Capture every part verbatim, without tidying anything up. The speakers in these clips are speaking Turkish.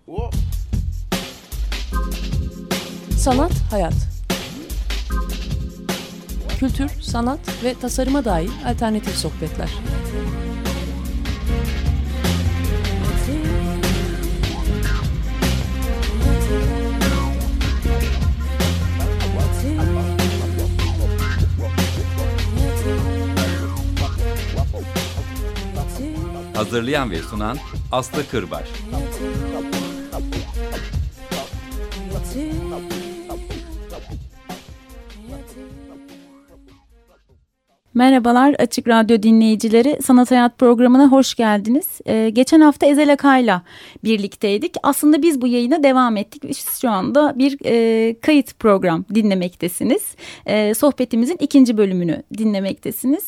Sanat, hayat. Kültür, sanat ve tasarıma dair alternatif sohbetler. Hazırlayan ve sunan Aslı Kırbaş. Merhabalar Açık Radyo dinleyicileri, Sanat Hayat programına hoş geldiniz. Ee, geçen hafta Ezel Akay'la birlikteydik. Aslında biz bu yayına devam ettik. Siz şu anda bir e, kayıt program dinlemektesiniz. E, sohbetimizin ikinci bölümünü dinlemektesiniz.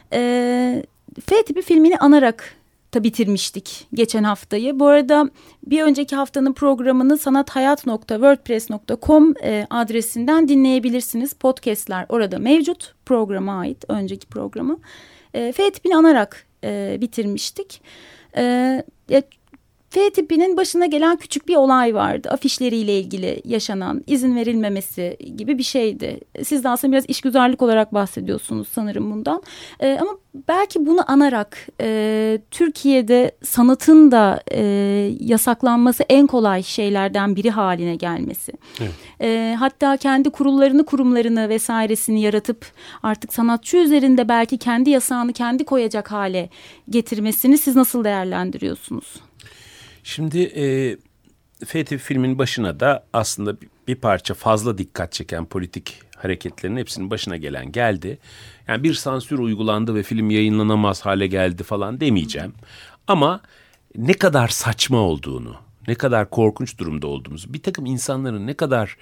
E, F tipi filmini anarak da bitirmiştik geçen haftayı. Bu arada bir önceki haftanın programını sanathayat nokta wordpress nokta com e, adresinden dinleyebilirsiniz. Podcast'ler orada mevcut. Programa ait önceki programı. E, F tipini anarak e, bitirmiştik. E, e, F tipinin başına gelen küçük bir olay vardı. Afişleriyle ilgili yaşanan, izin verilmemesi gibi bir şeydi. Siz de aslında biraz işgüzarlık olarak bahsediyorsunuz sanırım bundan. Ee, ama belki bunu anarak e, Türkiye'de sanatın da e, yasaklanması en kolay şeylerden biri haline gelmesi. Evet. E, hatta kendi kurullarını, kurumlarını vesairesini yaratıp artık sanatçı üzerinde belki kendi yasağını kendi koyacak hale getirmesini siz nasıl değerlendiriyorsunuz? Şimdi e, F tipi filmin başına da aslında bir parça fazla dikkat çeken politik hareketlerin hepsinin başına gelen geldi. Yani bir sansür uygulandı ve film yayınlanamaz hale geldi falan demeyeceğim. Ama ne kadar saçma olduğunu, ne kadar korkunç durumda olduğumuzu, bir takım insanların ne kadar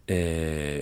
e,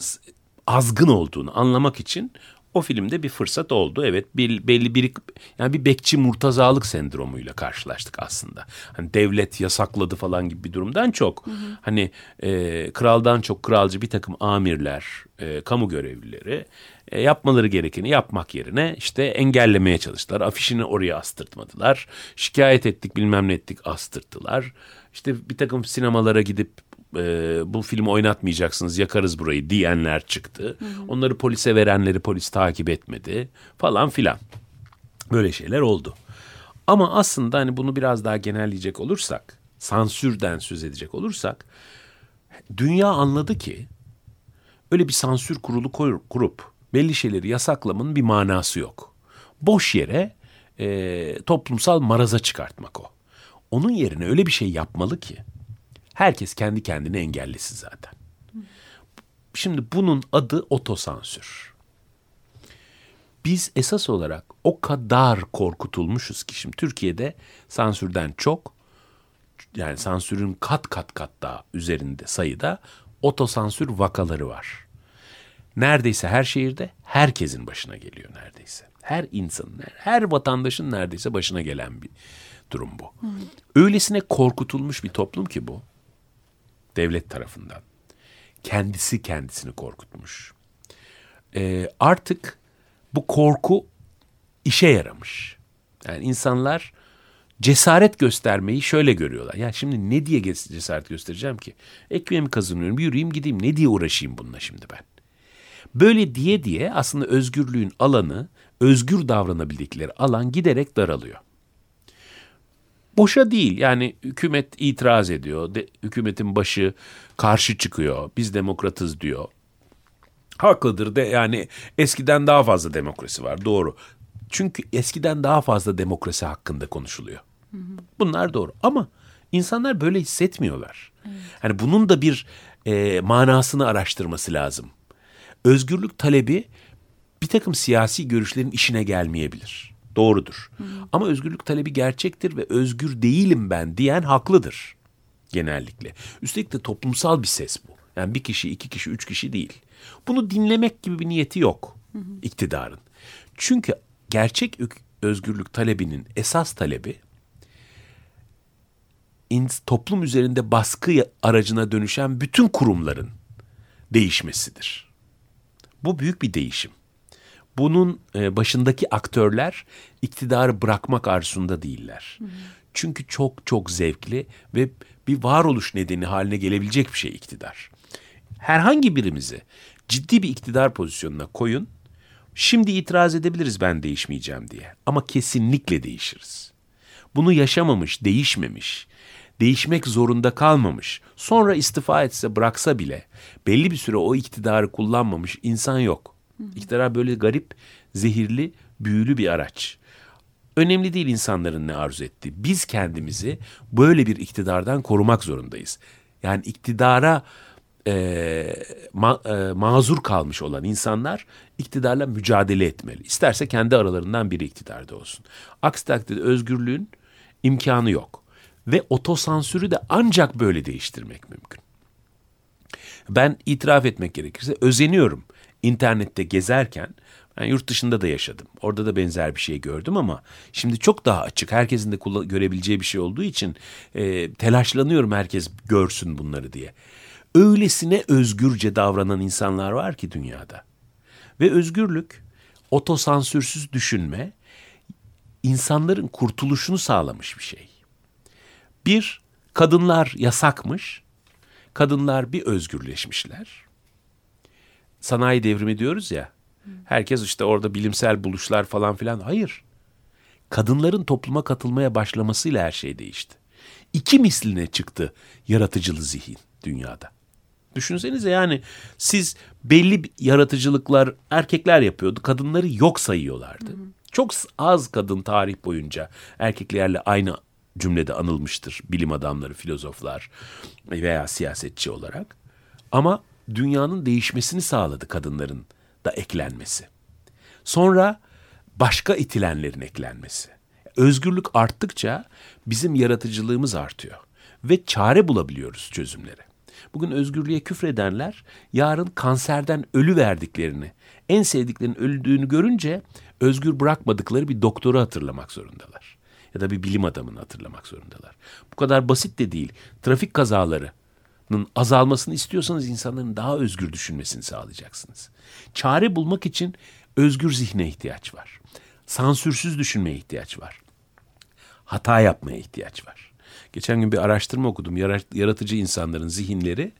azgın olduğunu anlamak için o filmde bir fırsat oldu. Evet, bir, belli bir yani bir bekçi murtazalık sendromuyla karşılaştık aslında. Hani devlet yasakladı falan gibi bir durumdan çok. Hı hı. Hani e, kraldan çok kralcı bir takım amirler, e, kamu görevlileri e, yapmaları gerekeni yapmak yerine işte engellemeye çalıştılar. Afişini oraya astırtmadılar. Şikayet ettik, bilmem ne ettik, astırttılar. İşte bir takım sinemalara gidip Ee, bu filmi oynatmayacaksınız, yakarız burayı diyenler çıktı. Hı hı. Onları polise verenleri polis takip etmedi falan filan. Böyle şeyler oldu. Ama aslında hani bunu biraz daha genelleyecek olursak, sansürden söz edecek olursak, dünya anladı ki öyle bir sansür kurulu kurup belli şeyleri yasaklamanın bir manası yok. Boş yere e, toplumsal maraza çıkartmak o. Onun yerine öyle bir şey yapmalı ki herkes kendi kendini engellesin zaten. Şimdi bunun adı otosansür. Biz esas olarak o kadar korkutulmuşuz ki şimdi Türkiye'de sansürden çok, yani sansürün kat kat kat daha üzerinde sayıda otosansür vakaları var. Neredeyse her şehirde herkesin başına geliyor neredeyse. Her insanın, her vatandaşın neredeyse başına gelen bir durum bu. Hmm. Öylesine korkutulmuş bir toplum ki bu. Devlet tarafından. Kendisi kendisini korkutmuş. Ee, artık bu korku işe yaramış. Yani insanlar cesaret göstermeyi şöyle görüyorlar. Ya şimdi ne diye cesaret göstereceğim ki? Ekmeğimi kazanıyorum, yürüyeyim gideyim. Ne diye uğraşayım bununla şimdi ben? Böyle diye diye aslında özgürlüğün alanı, özgür davranabildikleri alan giderek daralıyor. Boşa değil, yani hükümet itiraz ediyor, de, hükümetin başı karşı çıkıyor, biz demokratız diyor. Haklıdır de, yani eskiden daha fazla demokrasi var, doğru. Çünkü eskiden daha fazla demokrasi hakkında konuşuluyor. Hı hı. Bunlar doğru ama insanlar böyle hissetmiyorlar. Evet. Yani bunun da bir e, manasını araştırması lazım. Özgürlük talebi bir takım siyasi görüşlerin işine gelmeyebilir. Doğrudur. Hı hı. Ama özgürlük talebi gerçektir ve özgür değilim ben diyen haklıdır genellikle. Üstelik de toplumsal bir ses bu. Yani bir kişi, iki kişi, üç kişi değil. Bunu dinlemek gibi bir niyeti yok hı hı. iktidarın. Çünkü gerçek özgürlük talebinin esas talebi toplum üzerinde baskı aracına dönüşen bütün kurumların değişmesidir. Bu büyük bir değişim. Bunun başındaki aktörler iktidarı bırakmak arzusunda değiller. Hı hı. Çünkü çok çok zevkli ve bir varoluş nedeni haline gelebilecek bir şey iktidar. Herhangi birimizi ciddi bir iktidar pozisyonuna koyun. Şimdi itiraz edebiliriz ben değişmeyeceğim diye. Ama kesinlikle değişiriz. Bunu yaşamamış, değişmemiş, değişmek zorunda kalmamış, sonra istifa etse bıraksa bile belli bir süre o iktidarı kullanmamış insan yok. İktidar böyle garip, zehirli, büyülü bir araç. Önemli değil insanların ne arzu ettiği. Biz kendimizi böyle bir iktidardan korumak zorundayız. Yani iktidara e, ma, e, mazur kalmış olan insanlar iktidarla mücadele etmeli. İsterse kendi aralarından biri iktidarda olsun. Aksi takdirde özgürlüğün imkanı yok. Ve otosansürü de ancak böyle değiştirmek mümkün. Ben itiraf etmek gerekirse özeniyorum. İnternette gezerken, ben yurt dışında da yaşadım. Orada da benzer bir şey gördüm ama şimdi çok daha açık. Herkesin de kullan- görebileceği bir şey olduğu için e, telaşlanıyorum herkes görsün bunları diye. Öylesine özgürce davranan insanlar var ki dünyada. Ve özgürlük, otosansürsüz düşünme, insanların kurtuluşunu sağlamış bir şey. Bir, kadınlar yasakmış. Kadınlar bir özgürleşmişler. Sanayi devrimi diyoruz ya. Herkes işte orada bilimsel buluşlar falan filan. Hayır. Kadınların topluma katılmaya başlamasıyla her şey değişti. İki misline çıktı yaratıcılı zihin dünyada. Düşünsenize yani siz belli yaratıcılıklar erkekler yapıyordu. Kadınları yok sayıyorlardı. Hı hı. Çok az kadın tarih boyunca erkeklerle aynı cümlede anılmıştır. Bilim adamları, filozoflar veya siyasetçi olarak. Ama dünyanın değişmesini sağladı kadınların da eklenmesi. Sonra başka itilenlerin eklenmesi. Özgürlük arttıkça bizim yaratıcılığımız artıyor. Ve çare bulabiliyoruz çözümlere. Bugün özgürlüğe küfredenler yarın kanserden ölü verdiklerini, en sevdiklerinin öldüğünü görünce özgür bırakmadıkları bir doktoru hatırlamak zorundalar. Ya da bir bilim adamını hatırlamak zorundalar. Bu kadar basit de değil. Trafik kazalarının azalmasını istiyorsanız insanların daha özgür düşünmesini sağlayacaksınız. Çare bulmak için özgür zihne ihtiyaç var. Sansürsüz düşünmeye ihtiyaç var. Hata yapmaya ihtiyaç var. Geçen gün bir araştırma okudum. Yaratıcı insanların zihinleri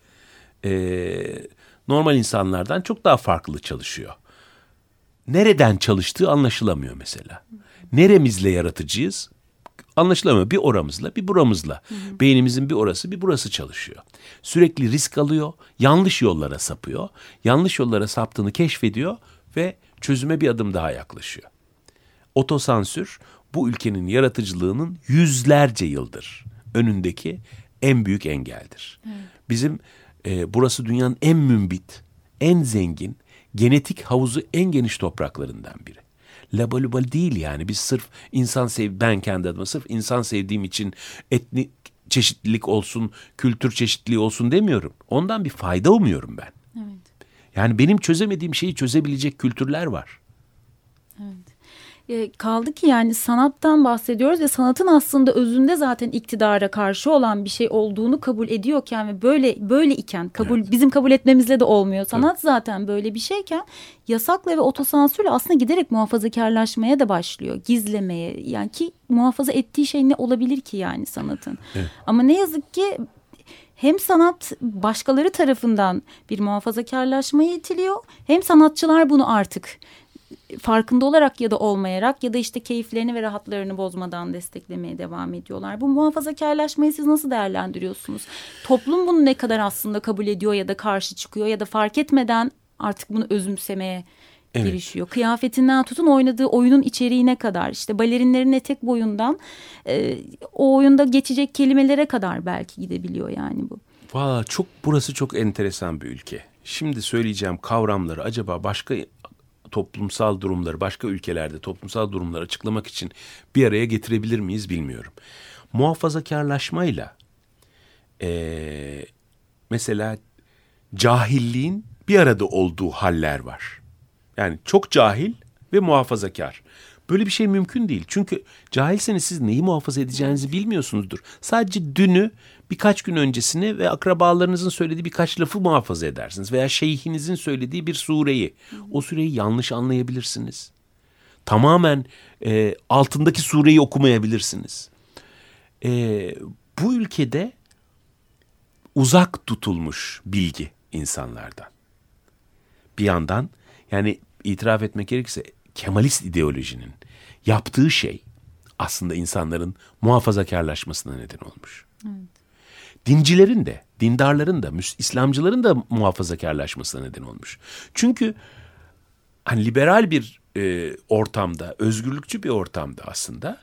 e, normal insanlardan çok daha farklı çalışıyor. Nereden çalıştığı anlaşılamıyor mesela. Neremizle yaratıcıyız? Anlaşılamıyor. Bir oramızla, bir buramızla. Hı hı. Beynimizin bir orası, bir burası çalışıyor. Sürekli risk alıyor, yanlış yollara sapıyor. Yanlış yollara saptığını keşfediyor ve çözüme bir adım daha yaklaşıyor. Otosansür bu ülkenin yaratıcılığının yüzlerce yıldır önündeki en büyük engeldir. Hı. Bizim e, burası dünyanın en mümbit, en zengin, genetik havuzu en geniş topraklarından biri. Labalubal değil yani. Biz sırf insan sev ben kendi adıma sırf insan sevdiğim için etnik çeşitlilik olsun, kültür çeşitliliği olsun demiyorum. Ondan bir fayda umuyorum ben. Evet. Yani benim çözemediğim şeyi çözebilecek kültürler var. Evet. E, kaldı ki yani sanattan bahsediyoruz ve sanatın aslında özünde zaten iktidara karşı olan bir şey olduğunu kabul ediyorken ve böyle böyle iken kabul evet. bizim kabul etmemizle de olmuyor. Sanat evet. zaten böyle bir şeyken yasakla ve otosansürle aslında giderek muhafazakarlaşmaya da başlıyor. Gizlemeye yani ki muhafaza ettiği şey ne olabilir ki yani sanatın. Evet. Ama ne yazık ki hem sanat başkaları tarafından bir muhafazakarlaşmaya itiliyor hem sanatçılar bunu artık farkında olarak ya da olmayarak ya da işte keyiflerini ve rahatlarını bozmadan desteklemeye devam ediyorlar. Bu muhafazakarlaşmayı siz nasıl değerlendiriyorsunuz? Toplum bunu ne kadar aslında kabul ediyor ya da karşı çıkıyor ya da fark etmeden artık bunu özümsemeye evet. girişiyor. Kıyafetinden tutun oynadığı oyunun içeriğine kadar işte balerinlerin etek boyundan e, o oyunda geçecek kelimelere kadar belki gidebiliyor yani bu. Valla çok burası çok enteresan bir ülke. Şimdi söyleyeceğim kavramları acaba başka toplumsal durumları, başka ülkelerde toplumsal durumları açıklamak için bir araya getirebilir miyiz bilmiyorum. Muhafazakarlaşmayla ee, mesela cahilliğin bir arada olduğu haller var. Yani çok cahil ve muhafazakar. Böyle bir şey mümkün değil. Çünkü cahilseniz siz neyi muhafaza edeceğinizi bilmiyorsunuzdur. Sadece dünü, birkaç gün öncesini ve akrabalarınızın söylediği birkaç lafı muhafaza edersiniz. Veya şeyhinizin söylediği bir sureyi. O sureyi yanlış anlayabilirsiniz. Tamamen e, altındaki sureyi okumayabilirsiniz. E, bu ülkede uzak tutulmuş bilgi insanlardan. Bir yandan yani itiraf etmek gerekirse Kemalist ideolojinin yaptığı şey aslında insanların muhafazakarlaşmasına neden olmuş. Evet. Dincilerin de, dindarların da, İslamcıların da muhafazakarlaşmasına neden olmuş. Çünkü hani liberal bir e, ortamda, özgürlükçü bir ortamda aslında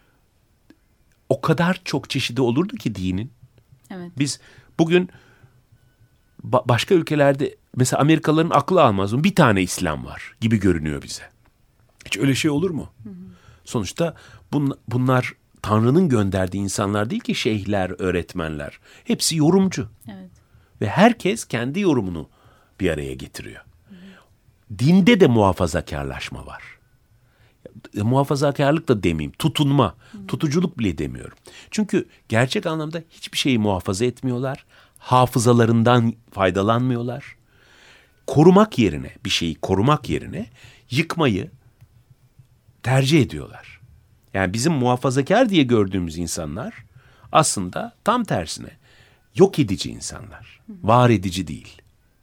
o kadar çok çeşidi olurdu ki dinin. Evet. Biz bugün ba- başka ülkelerde mesela Amerikalıların aklı almaz mı? Bir tane İslam var gibi görünüyor bize. Hiç öyle şey olur mu? Hı hı. Sonuçta bun- bunlar Tanrı'nın gönderdiği insanlar değil ki, şeyhler, öğretmenler. Hepsi yorumcu. Evet. Ve herkes kendi yorumunu bir araya getiriyor. Hı hı. Dinde de muhafazakarlaşma var. E, muhafazakarlık da demeyeyim, tutunma, hı. tutuculuk bile demiyorum. Çünkü gerçek anlamda hiçbir şeyi muhafaza etmiyorlar. Hafızalarından faydalanmıyorlar. Korumak yerine, bir şeyi korumak yerine yıkmayı tercih ediyorlar. Yani bizim muhafazakar diye gördüğümüz insanlar aslında tam tersine yok edici insanlar. Var edici değil.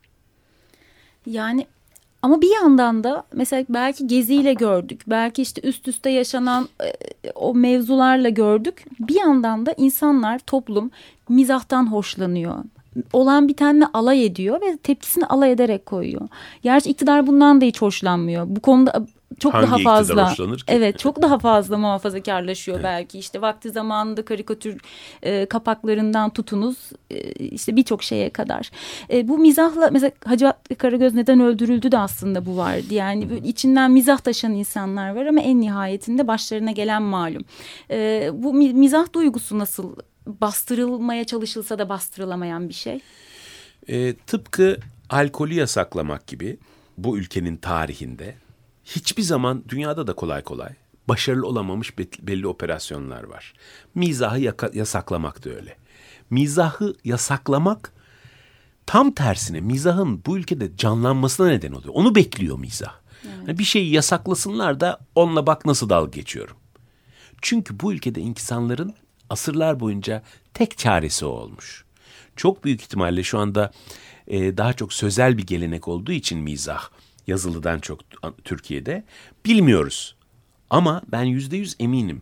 Yani ama bir yandan da mesela belki Gezi'yle gördük. Belki işte üst üste yaşanan e, o mevzularla gördük. Bir yandan da insanlar, toplum mizahtan hoşlanıyor. Olan bitenle alay ediyor ve tepkisini alay ederek koyuyor. Gerçi iktidar bundan da hiç hoşlanmıyor. Bu konuda çok Hangi daha fazla, evet, çok daha fazla muhafazakarlaşıyor. Evet. Belki işte vakti zamanında karikatür e, kapaklarından tutunuz e, işte birçok şeye kadar. E, bu mizahla mesela Hacı Karagöz neden öldürüldü de aslında bu vardı. Yani böyle içinden mizah taşıyan insanlar var ama en nihayetinde başlarına gelen malum. E, bu mizah duygusu nasıl bastırılmaya çalışılsa da bastırılamayan bir şey? E, tıpkı alkolü yasaklamak gibi bu ülkenin tarihinde hiçbir zaman dünyada da kolay kolay başarılı olamamış belli operasyonlar var. Mizahı yaka- yasaklamak da öyle. Mizahı yasaklamak tam tersine mizahın bu ülkede canlanmasına neden oluyor. Onu bekliyor mizah. Evet. Yani bir şeyi yasaklasınlar da onunla bak nasıl dalga geçiyorum. Çünkü bu ülkede insanların asırlar boyunca tek çaresi o olmuş. Çok büyük ihtimalle şu anda e, daha çok sözel bir gelenek olduğu için mizah yazılıdan çok Türkiye'de bilmiyoruz. Ama ben yüzde yüz eminim.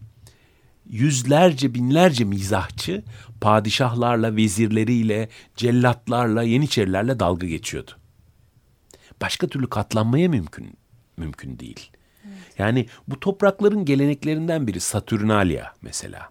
Yüzlerce binlerce mizahçı padişahlarla, vezirleriyle, cellatlarla, yeniçerilerle dalga geçiyordu. Başka türlü katlanmaya mümkün mümkün değil. Evet. Yani bu toprakların geleneklerinden biri Saturnalia mesela.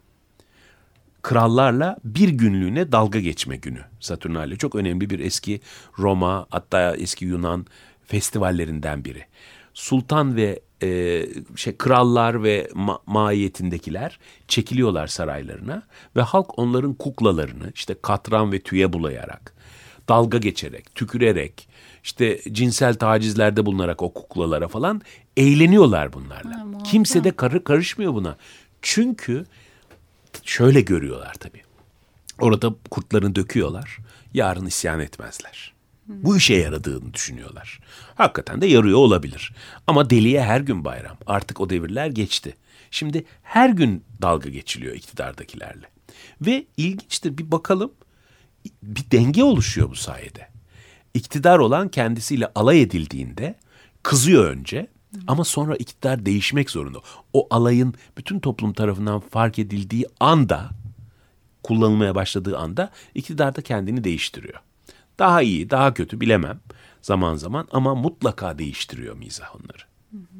Krallarla bir günlüğüne dalga geçme günü. Saturnalia çok önemli bir eski Roma, hatta eski Yunan festivallerinden biri. Sultan ve e, şey krallar ve ma- mahiyetindekiler çekiliyorlar saraylarına ve halk onların kuklalarını işte katran ve tüye bulayarak, dalga geçerek, tükürerek, işte cinsel tacizlerde bulunarak o kuklalara falan eğleniyorlar bunlarla. Ha, kimse de kar- karışmıyor buna. Çünkü şöyle görüyorlar tabii. Orada kurtlarını döküyorlar. Yarın isyan etmezler. Bu işe yaradığını düşünüyorlar. Hakikaten de yarıyor olabilir. Ama deliye her gün bayram. Artık o devirler geçti. Şimdi her gün dalga geçiliyor iktidardakilerle. Ve ilginçtir, bir bakalım, bir denge oluşuyor bu sayede. İktidar olan kendisiyle alay edildiğinde kızıyor önce. Ama sonra iktidar değişmek zorunda. O alayın bütün toplum tarafından fark edildiği anda, kullanılmaya başladığı anda iktidar da kendini değiştiriyor. Daha iyi, daha kötü bilemem zaman zaman ama mutlaka değiştiriyor mizah onları. Hı hı.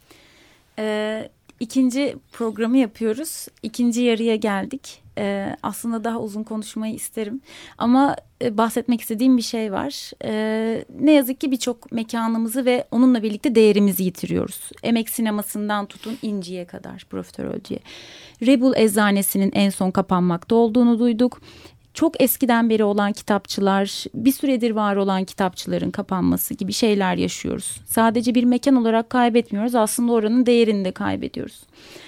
Ee, ikinci programı yapıyoruz. İkinci yarıya geldik. Ee, aslında daha uzun konuşmayı isterim. Ama e, bahsetmek istediğim bir şey var. Ee, ne yazık ki birçok mekanımızı ve onunla birlikte değerimizi yitiriyoruz. Emek sinemasından tutun İnci'ye kadar, Profiterolcü'ye. Rebul Eczanesinin en son kapanmakta olduğunu duyduk. Çok eskiden beri olan kitapçılar, bir süredir var olan kitapçıların kapanması gibi şeyler yaşıyoruz. Sadece bir mekan olarak kaybetmiyoruz, aslında oranın değerini de kaybediyoruz.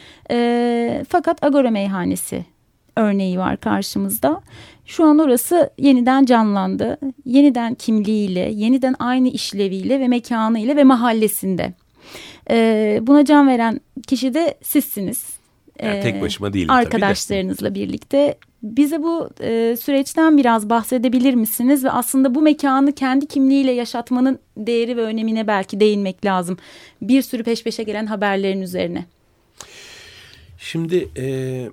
E, fakat Agora Meyhanesi örneği var karşımızda. Şu an orası yeniden canlandı. Yeniden kimliğiyle, yeniden aynı işleviyle ve mekanıyla ve mahallesinde. E, buna can veren kişi de sizsiniz. Yani Ee, tek başıma değilim arkadaşlarınızla tabii de. birlikte. Bize bu e, süreçten biraz bahsedebilir misiniz? Ve aslında bu mekanı kendi kimliğiyle yaşatmanın değeri ve önemine belki değinmek lazım. Bir sürü peş peşe gelen haberlerin üzerine. Şimdi e,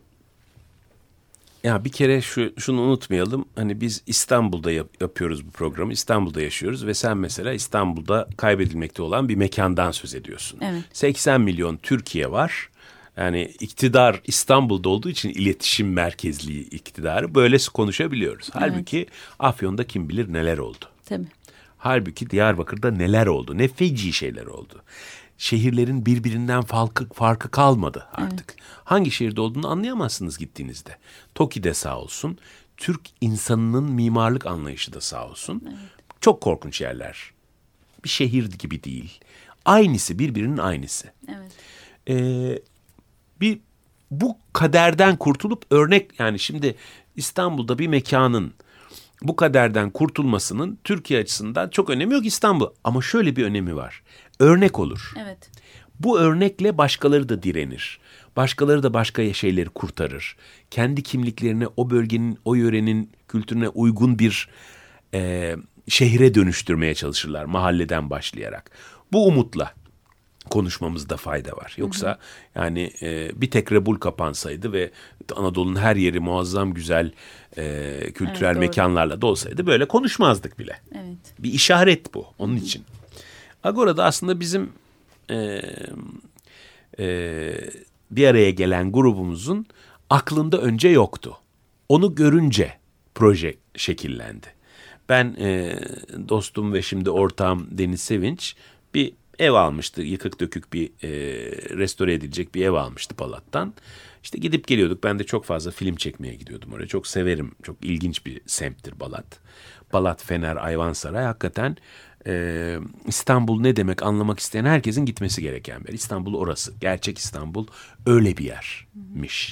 ya bir kere şu şunu unutmayalım. Hani biz İstanbul'da yap, yapıyoruz bu programı. İstanbul'da yaşıyoruz ve sen mesela İstanbul'da kaybedilmekte olan bir mekandan söz ediyorsun. Evet. seksen milyon Türkiye var. Yani iktidar İstanbul'da olduğu için iletişim merkezli iktidarı böyle konuşabiliyoruz. Halbuki evet. Afyon'da kim bilir neler oldu. Tabii. Halbuki Diyarbakır'da neler oldu. Ne feci şeyler oldu. Şehirlerin birbirinden farkı, farkı kalmadı artık. Evet. Hangi şehirde olduğunu anlayamazsınız gittiğinizde. Toki'de sağ olsun. Türk insanının mimarlık anlayışı da sağ olsun. Evet. Çok korkunç yerler. Bir şehir gibi değil. Aynısı, birbirinin aynısı. Evet. Ee, bir bu kaderden kurtulup örnek, yani şimdi İstanbul'da bir mekanın bu kaderden kurtulmasının Türkiye açısından çok önemi yok İstanbul. Ama şöyle bir önemi var. Örnek olur. Evet. Bu örnekle başkaları da direnir. Başkaları da başka şeyleri kurtarır. Kendi kimliklerine, o bölgenin, o yörenin kültürüne uygun bir e, şehre dönüştürmeye çalışırlar mahalleden başlayarak. Bu umutla konuşmamızda fayda var. Yoksa hı hı. yani e, bir tek Rebul kapansaydı ve Anadolu'nun her yeri muazzam güzel e, kültürel evet, mekanlarla dolsaydı böyle konuşmazdık bile. Evet. Bir işaret bu onun hı hı. için. Agora'da aslında bizim e, e, bir araya gelen grubumuzun aklında önce yoktu. Onu görünce proje şekillendi. Ben e, dostum ve şimdi ortağım Deniz Sevinç bir ev almıştı. Yıkık dökük bir e, restore edilecek bir ev almıştı Balat'tan. İşte gidip geliyorduk. Ben de çok fazla film çekmeye gidiyordum oraya. Çok severim. Çok ilginç bir semttir Balat. Balat, Fener, Ayvansaray hakikaten e, İstanbul ne demek anlamak isteyen herkesin gitmesi gereken bir yer. İstanbul orası. Gerçek İstanbul öyle bir yermiş.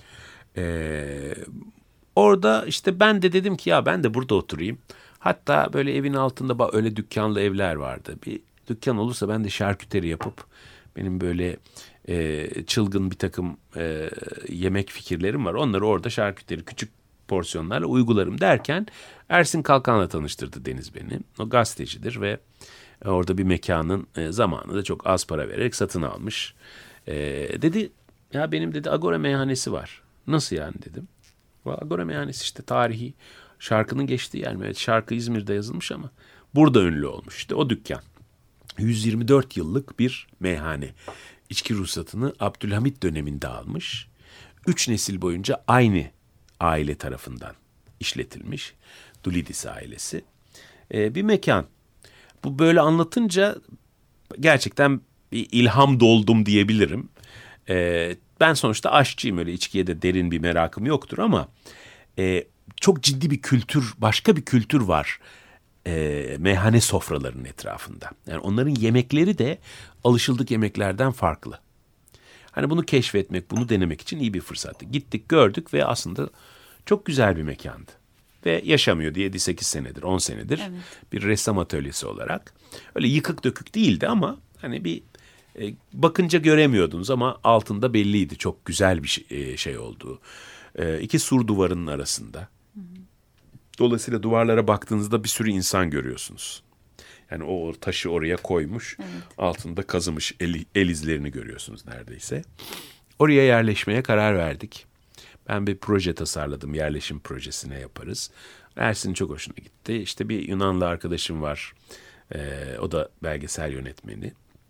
E, orada işte ben de dedim ki ya ben de burada oturayım. Hatta böyle evin altında öyle dükkanlı evler vardı. Bir dükkan olursa ben de şarküteri yapıp benim böyle e, çılgın bir takım e, yemek fikirlerim var. Onları orada şarküteri küçük porsiyonlarla uygularım derken Ersin Kalkan'la tanıştırdı Deniz beni. O gazetecidir ve orada bir mekanın e, zamanında çok az para vererek satın almış. E, dedi ya benim dedi Agora meyhanesi var. Nasıl yani dedim. Agora meyhanesi işte tarihi şarkının geçtiği yer mi? Evet, şarkı İzmir'de yazılmış ama burada ünlü olmuş. İşte o dükkan. yüz yirmi dört yıllık bir meyhane. İçki ruhsatını Abdülhamit döneminde almış. Üç nesil boyunca aynı aile tarafından işletilmiş. Dulidis ailesi. Ee, bir mekan. Bu böyle anlatınca gerçekten bir ilham doldum diyebilirim. Ee, ben sonuçta aşçıyım, öyle içkiye de derin bir merakım yoktur ama e, çok ciddi bir kültür, başka bir kültür var. E, meyhane sofralarının etrafında. Yani onların yemekleri de alışıldık yemeklerden farklı. Hani bunu keşfetmek, bunu denemek için iyi bir fırsattı. Gittik, gördük ve aslında çok güzel bir mekandı. Ve yaşamıyordu yedi sekiz senedir, on senedir evet. bir ressam atölyesi olarak. Öyle yıkık dökük değildi ama hani bir e, bakınca göremiyordunuz ama altında belliydi. Çok güzel bir şey, e, şey olduğu. E, iki sur duvarının arasında. Hı hı. Dolayısıyla duvarlara baktığınızda bir sürü insan görüyorsunuz. Yani o taşı oraya koymuş, evet. altında kazımış el, el izlerini görüyorsunuz neredeyse. Oraya yerleşmeye karar verdik. Ben bir proje tasarladım, yerleşim projesine yaparız. Ersin'in çok hoşuna gitti. İşte bir Yunanlı arkadaşım var, ee, o da belgesel yönetmeni.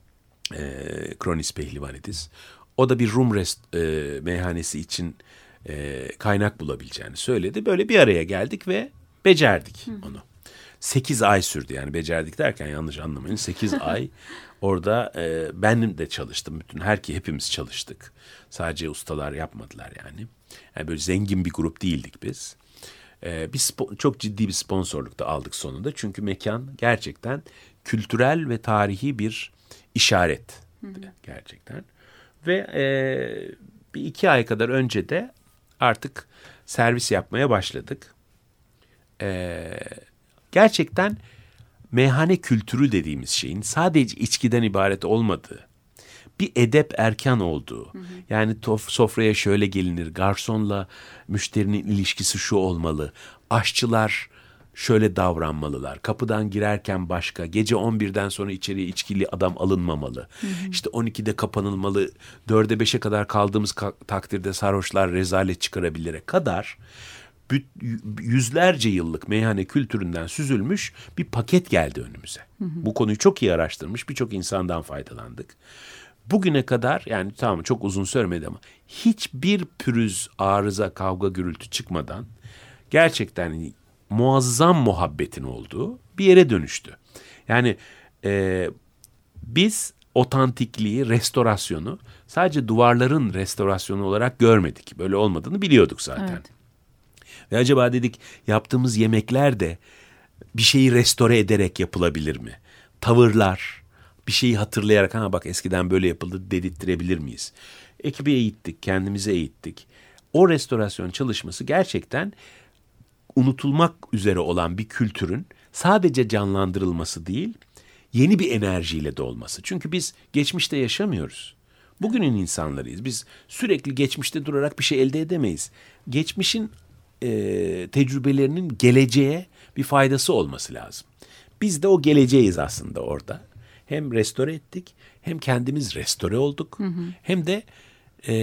Ee, Kronis Pehlivanidis. O da bir Rum rest, e, meyhanesi için e, kaynak bulabileceğini söyledi. Böyle bir araya geldik ve becerdik Hı. onu. Sekiz ay sürdü, yani becerdik derken yanlış anlamayın. Sekiz ay orada e, ben de çalıştım. Bütün herki hepimiz çalıştık. Sadece ustalar yapmadılar yani. Yani böyle zengin bir grup değildik biz. E, bir spo- çok ciddi bir sponsorluk da aldık sonunda. Çünkü mekan gerçekten kültürel ve tarihi bir işaret Hı. gerçekten. Ve e, bir iki ay kadar önce de artık servis yapmaya başladık. Ee, gerçekten meyhane kültürü dediğimiz şeyin sadece içkiden ibaret olmadığı, bir edep erken olduğu. Hı hı. Yani tof, sofraya şöyle gelinir, garsonla müşterinin ilişkisi şu olmalı, aşçılar şöyle davranmalılar, kapıdan girerken başka, gece on birden sonra içeriye içkili adam alınmamalı. Hı hı. İşte on ikide kapanılmalı, dörde beşe kadar kaldığımız ka- takdirde sarhoşlar rezalet çıkarabilire kadar yüzlerce yıllık meyhane kültüründen süzülmüş bir paket geldi önümüze. Hı hı. Bu konuyu çok iyi araştırmış, birçok insandan faydalandık. Bugüne kadar, yani tamam çok uzun sürmedi ama hiçbir pürüz, arıza, kavga, gürültü çıkmadan gerçekten muazzam muhabbetin olduğu bir yere dönüştü. Yani e, biz otantikliği, restorasyonu sadece duvarların restorasyonu olarak görmedik. Böyle olmadığını biliyorduk zaten. Evet. Ve acaba dedik, yaptığımız yemekler de bir şeyi restore ederek yapılabilir mi? Tavırlar, bir şeyi hatırlayarak, ha bak eskiden böyle yapıldı dedirttirebilir miyiz? Ekibi eğittik, kendimize eğittik. O restorasyon çalışması gerçekten unutulmak üzere olan bir kültürün sadece canlandırılması değil, yeni bir enerjiyle dolması. Çünkü biz geçmişte yaşamıyoruz. Bugünün insanlarıyız. Biz sürekli geçmişte durarak bir şey elde edemeyiz. Geçmişin e, tecrübelerinin geleceğe bir faydası olması lazım. Biz de o geleceğiz aslında orada. Hem restore ettik, hem kendimiz restore olduk. Hı hı. Hem de e,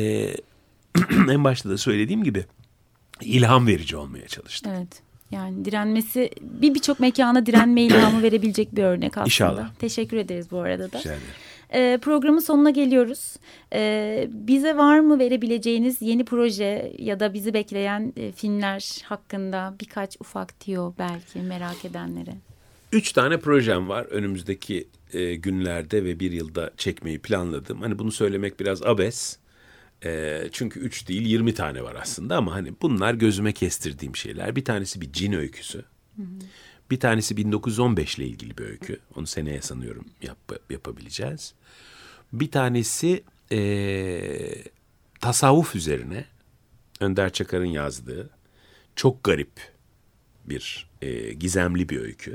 en başta da söylediğim gibi ilham verici olmaya çalıştık. Evet. Yani direnmesi, bir birçok mekana direnme ilhamı verebilecek bir örnek aslında. İnşallah. Teşekkür ederiz bu arada da. Rica ederim. Ee, programın sonuna geliyoruz. Ee, bize var mı verebileceğiniz yeni proje ya da bizi bekleyen e, filmler hakkında birkaç ufak tiyo belki merak edenlere? Üç tane projem var önümüzdeki e, günlerde ve bir yılda çekmeyi planladım. Hani bunu söylemek biraz abes. E, çünkü üç değil yirmi tane var aslında ama hani bunlar gözüme kestirdiğim şeyler. Bir tanesi bir cin öyküsü. Hı hı. Bir tanesi bin dokuz yüz on beş ile ilgili bir öykü. Onu seneye sanıyorum yap, yapabileceğiz. Bir tanesi e, tasavvuf üzerine Önder Çakar'ın yazdığı çok garip bir e, gizemli bir öykü.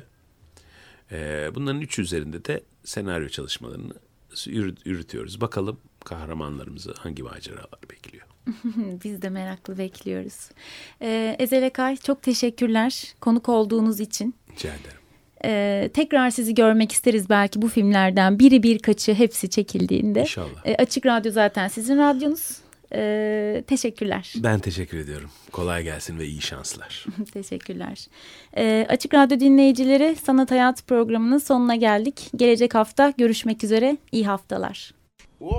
E, bunların üç üzerinde de senaryo çalışmalarını yürütüyoruz. Bakalım kahramanlarımızı hangi maceralar bekliyor. Biz de meraklı bekliyoruz. Ee, Ezel Akay, çok teşekkürler konuk olduğunuz için. Rica ederim. Ee, tekrar sizi görmek isteriz belki bu filmlerden biri birkaçı hepsi çekildiğinde. İnşallah. Ee, Açık Radyo zaten sizin radyonuz. Ee, teşekkürler. Ben teşekkür ediyorum. Kolay gelsin ve iyi şanslar. Teşekkürler. Ee, Açık Radyo dinleyicileri, Sanat Hayat programının sonuna geldik. Gelecek hafta görüşmek üzere. İyi haftalar. Oh.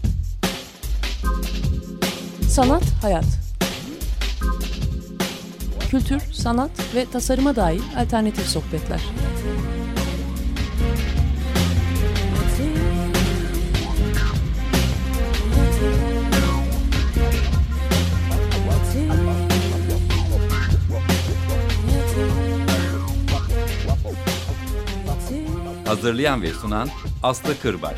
Sanat Hayat. Kültür, sanat ve tasarıma dair alternatif sohbetler. Hazırlayan ve sunan Aslı Kırbaş.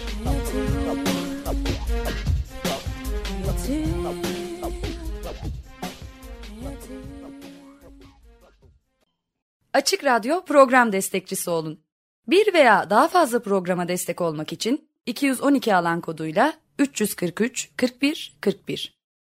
Açık Radyo program destekçisi olun. Bir veya daha fazla programa destek olmak için iki yüz on iki alan koduyla üç yüz kırk üç kırk bir kırk bir